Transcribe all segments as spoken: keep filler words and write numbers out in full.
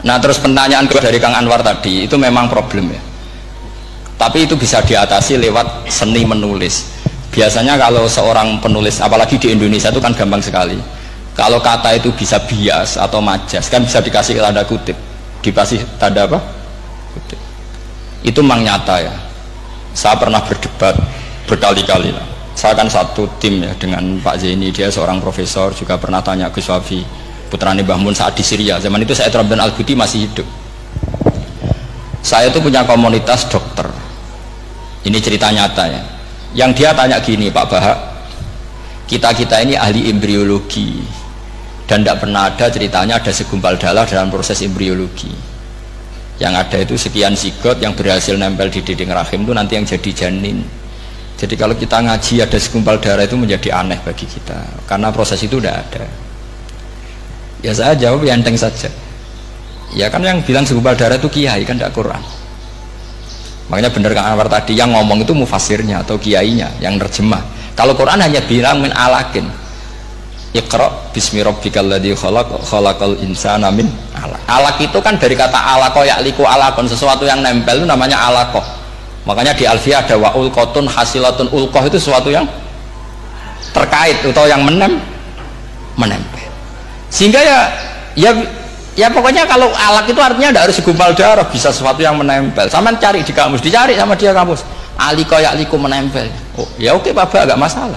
Nah terus pertanyaan kedua dari Kang Anwar tadi itu memang problem ya, tapi itu bisa diatasi lewat seni menulis. Biasanya kalau seorang penulis, apalagi di Indonesia itu kan gampang sekali, kalau kata itu bisa bias atau majas kan bisa dikasih tanda kutip, dikasih tanda apa? Kutip. Itu memang nyata ya, saya pernah berdebat berkali-kali lah. Saya kan satu tim ya dengan Pak Zaini, dia seorang profesor, juga pernah tanya Gus Wafi putrane Mbah Mun saat di Syria. Zaman itu Said Rabdan Al-Buti masih hidup. Saya itu punya komunitas dokter, ini cerita nyata ya, yang dia tanya gini, Pak Bahak, kita-kita ini ahli embriologi dan tidak pernah ada ceritanya ada segumpal darah dalam proses embriologi. Yang ada itu sekian zigot yang berhasil nempel di dinding rahim itu nanti yang jadi janin. Jadi kalau kita ngaji ada segumpal darah itu menjadi aneh bagi kita, karena proses itu tidak ada. Ya saya jawab ya enteng saja. Ya kan yang bilang segumpal darah itu kiai, kan tidak Quran. Makanya benar Kang Anwar tadi, yang ngomong itu mufasirnya atau kiainya yang terjemah. Kalau Quran hanya bilang min alakin, Iqra bismi rabbikal ladzi khalaq khalaqal insana min alaq. Alaq itu kan dari kata alaqa ya'liqu alaqon, sesuatu yang nempel itu namanya alaqah. Makanya di Alfiyah ada wa ulqatun hasilatun, ulqah itu sesuatu yang terkait atau yang menem menempel. Sehingga ya ya ya pokoknya kalau alaq itu artinya tidak harus segumpal darah, bisa sesuatu yang menempel. Sama cari di kamus, dicari sama dia kamus. Alika ya'liku menempel. Oh, ya oke Pak, agak masalah.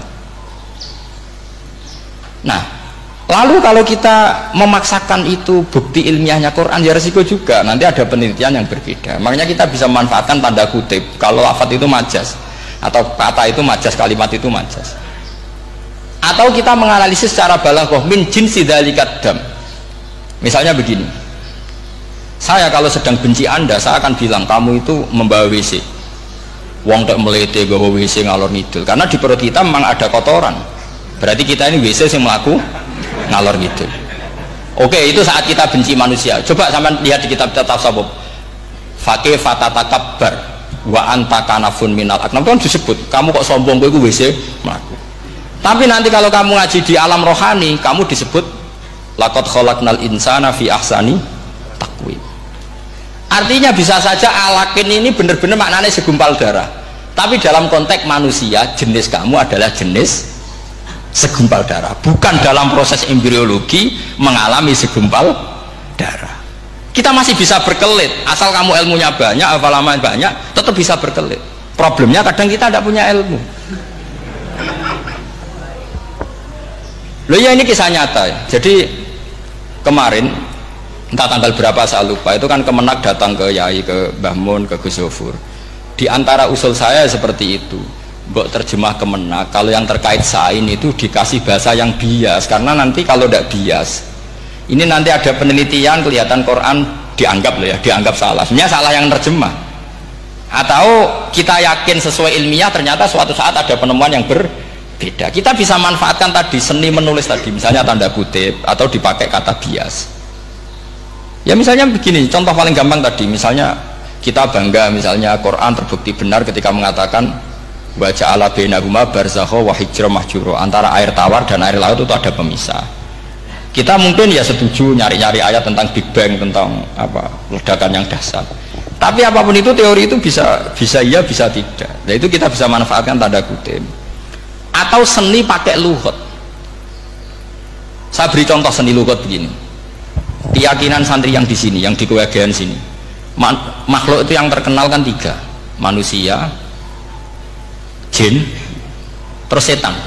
Nah, lalu kalau kita memaksakan itu bukti ilmiahnya Quran, ya resiko juga. Nanti ada penelitian yang berbeda. Makanya kita bisa memanfaatkan tanda kutip. Kalau lafadz itu majas, atau kata itu majas, kalimat itu majas. Atau kita menganalisis secara balaghah min jinsi dzalikat dam. Misalnya begini, saya kalau sedang benci Anda, saya akan bilang kamu itu membawa W C. Wong tak melete gawa W C ngalor ngidul, karena di perut kita memang ada kotoran. Berarti kita ini W C yang melaku ngalor ngidul. Oke, itu saat kita benci manusia. Coba sampean lihat di kitab tasawuf. Faqih fatatakabbar wa anta kanafun minal aknam, kan disebut kamu kok sombong kowe W C melaku. Tapi nanti kalau kamu ngaji di alam rohani, kamu disebut laqad khalaqnal insana fi ahsani taqwim. Artinya bisa saja alakin ini benar-benar maknanya segumpal darah, tapi dalam konteks manusia jenis kamu adalah jenis segumpal darah, bukan dalam proses embriologi mengalami segumpal darah. Kita masih bisa berkelit, asal kamu ilmunya banyak, hafalaman banyak, tetap bisa berkelit. Problemnya kadang kita tidak punya ilmu. Loh ya, ini kisah nyata ya. Jadi kemarin entah tanggal berapa saya lupa, itu kan Kemenak datang ke Yai, ke Mbah Mun, ke Gus Zofur. Di antara usul saya seperti itu, mbok terjemah Kemenak, kalau yang terkait sain itu dikasih bahasa yang bias, karena nanti kalau tidak bias, ini nanti ada penelitian kelihatan Quran dianggap loh ya, dianggap salah. Sebenarnya salah yang terjemah. Atau kita yakin sesuai ilmiah, ternyata suatu saat ada penemuan yang berbeda. Kita bisa manfaatkan tadi seni menulis tadi, misalnya tanda kutip atau dipakai kata bias. Ya misalnya begini, contoh paling gampang tadi, misalnya kita bangga misalnya Quran terbukti benar ketika mengatakan wa ja'ala bainahuma barzakha wa hijra mahjura, antara air tawar dan air laut itu ada pemisah. Kita mungkin ya setuju nyari-nyari ayat tentang Big Bang, tentang apa ledakan yang dahsyat. Tapi apapun itu teori itu bisa bisa iya bisa tidak. Nah itu kita bisa manfaatkan tanda kutip. Atau seni pakai luhut. Saya beri contoh seni luhut begini. Keyakinan santri yang di sini, yang di kewagian sini, makhluk itu yang terkenal kan tiga: manusia, jin, terus setan.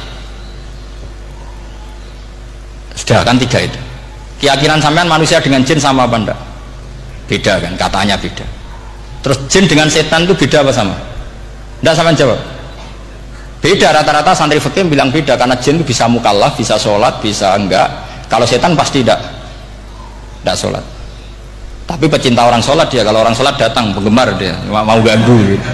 Sudah kan tiga itu. Keyakinan sampean manusia dengan jin sama apa enggak? Beda kan, katanya beda. Terus jin dengan setan itu beda apa sama? Enggak, sampean jawab. Beda, rata-rata santri fikih bilang beda, karena jin bisa mukallaf, bisa sholat, bisa enggak. Kalau setan pasti tidak tidak sholat. Tapi pecinta orang sholat dia, kalau orang sholat datang, penggemar dia, mau ganggu gitu.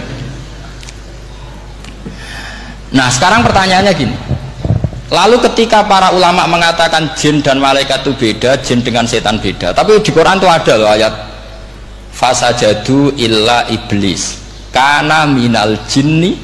Nah sekarang pertanyaannya gini, lalu ketika para ulama mengatakan jin dan malaikat itu beda, jin dengan setan beda, tapi di Quran itu ada loh ayat fasajadu illa iblis kana minal jinni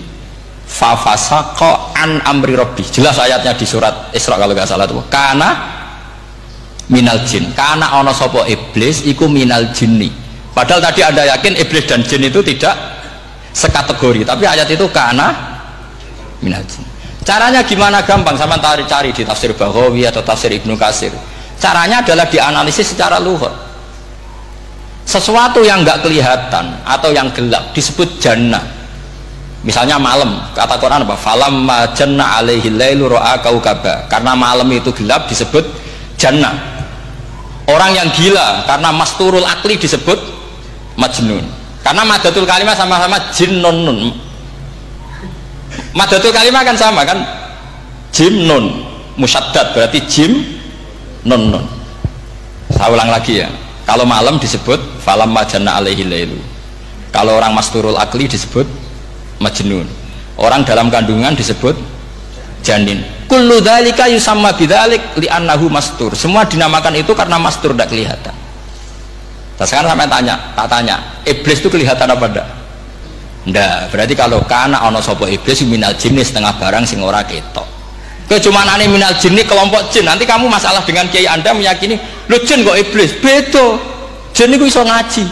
fafasaqa an amri rabbi. Jelas ayatnya di surat Isra kalau nggak salah tuh, karena minal jin. Karena ana sapa iblis iku minal jinni. Padahal tadi Anda yakin iblis dan jin itu tidak sekategori, tapi ayat itu karena minal jin. Caranya gimana? Gampang, sama cari-cari di tafsir Baghawi atau tafsir Ibnu Katsir. Caranya adalah dianalisis secara lughah. Sesuatu yang enggak kelihatan atau yang gelap disebut jannah. Misalnya malam, kata Quran apa? Falamma janna alaihi lailu ra'a kaukaba. Karena malam itu gelap disebut jannah. Orang yang gila karena masturul akli disebut majnun. Karena madatul kalimah sama-sama jinnun. Madatul kalimah kan sama kan, jim nun musyaddad berarti jim nun nun. Saya ulang lagi ya, kalau malam disebut falam majana alaihi lailu, kalau orang masturul akli disebut majnun, orang dalam kandungan disebut janin. Kullu dzalika yusamma bidzalik li'annahu mastur. Semua dinamakan itu karena mastur, tidak kelihatan. Nah, sekarang sampai tanya, tak tanya, iblis itu kelihatan apa enggak? Ndak, berarti kalau kana ana sapa iblis minal jinni setengah barang sing ora ketok. Kecumanane minal jinni kelompok jin. Nanti kamu masalah dengan kiai Anda meyakini, "Lho jin kok iblis?" Beda. Jin iku iso ngaji.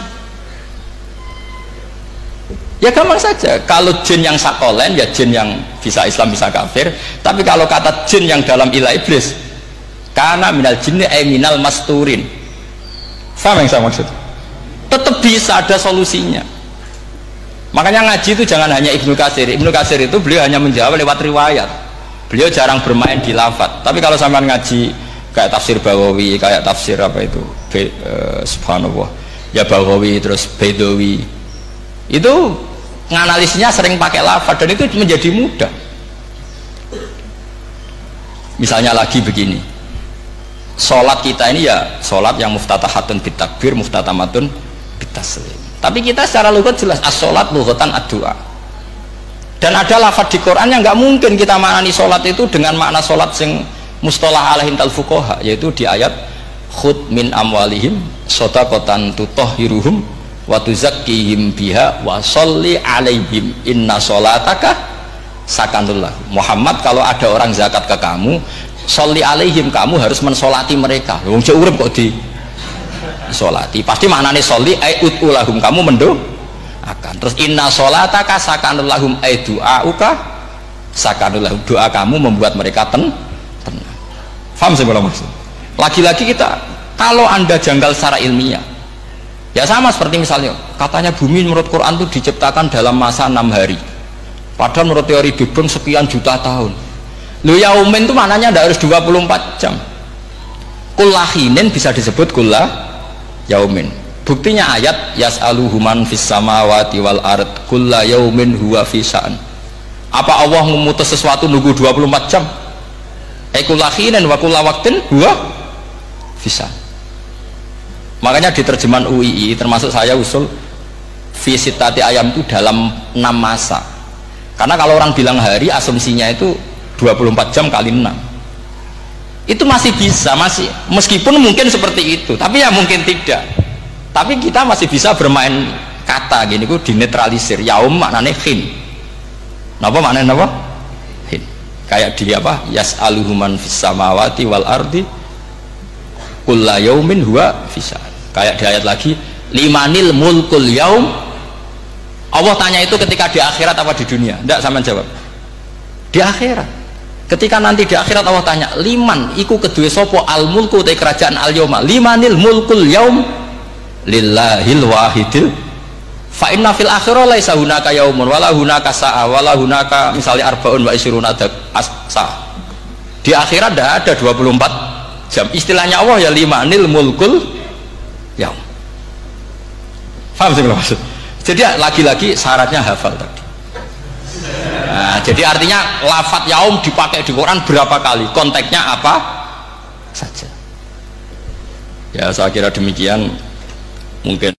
Ya gampang saja. Kalau jin yang sakolen ya jin yang bisa Islam bisa kafir. Tapi kalau kata jin yang dalam ilah iblis, kana minal jinni ay minal masturin. Paham yang saya maksud? Tetap bisa ada solusinya. Makanya ngaji itu jangan hanya Ibnu Katsir. Ibnu Katsir itu beliau hanya menjawab lewat riwayat. Beliau jarang bermain di lafadz. Tapi kalau sampean ngaji kayak tafsir Baghawi, kayak tafsir apa itu, Be, uh, subhanallah, ya Baghawi terus Bedawi, itu nganalisnya sering pakai lafadz dan itu menjadi mudah. Misalnya lagi begini, sholat kita ini ya sholat yang muftatahatun bitakbir, muftatamatun bitaslim. Tapi kita secara lughat jelas as-sholat lughatan ad-du'a. Dan ada lafadz di Quran yang nggak mungkin kita maknani sholat itu dengan makna sholat sing mustalah alaihim tal fuqaha, yaitu di ayat khud min amwalihim shadaqatan tutahhiruhum wa tuzakkihim biha wa sholli alaihim inna sholataka sakanul lahum. Muhammad, kalau ada orang zakat ke kamu, sholli alaihim, kamu harus mensolati mereka. Wong jek urip kok di solati, pasti maknanya sholli ay utulahum, kamu mendo akan. Terus inna sholataka sakanul lahum ay du'auka sakanul lahum, doa kamu membuat mereka ten tenang. Paham saya belum maksud? Lagi-lagi kita, kalau Anda janggal secara ilmiah ya sama seperti misalnya katanya bumi menurut Quran itu diciptakan dalam masa enam hari, padahal menurut teori Big Bang sekian juta tahun. Lu yaumin itu maknanya tidak harus dua puluh empat jam. Kullahinin bisa disebut kullah yaumin. Buktinya ayat yas'aluhu man fis samawati wal ard kulla yaumin huwa fi sya'an. Apa Allah memutus sesuatu nunggu dua puluh empat jam? Eh kullahinin wa kulla waqtin huwa fi sya'an. Makanya di terjemahan U I I termasuk saya usul fi sittati ayam itu dalam enam masa. Karena kalau orang bilang hari asumsinya itu dua puluh empat jam kali enam. Itu masih bisa, masih meskipun mungkin seperti itu, tapi ya mungkin tidak. Tapi kita masih bisa bermain kata gini, ku dinetralisir. Yaum maknanya khin. Napa maknanya napa? Khin. Kayak di apa? Yas'aluhu man fis samawati wal ardi kulla yaumin huwa fisa. Kayak di ayat lagi, limanil mulkul yaum. Allah tanya itu ketika di akhirat apa di dunia? Tidak, sama jawab. Di akhirat. Ketika nanti di akhirat Allah tanya, liman iku kedue sopo al mulku te kerajaan al yauma, limanil mulkul yaum lillahil wahidil fa inna fil akhirah laisa hunaka yaumun wala hunaka sa'a wala hunaka misalnya arbaun wa isruna sa. Di akhirat tidak ada dua puluh empat jam. Istilahnya Allah ya limanil mulkul yaum. Paham sih maksud? Jadi lagi-lagi syaratnya hafal tadi. Nah, jadi artinya lafadz yaum dipakai di Quran berapa kali, konteksnya apa saja. Ya saya kira demikian mungkin.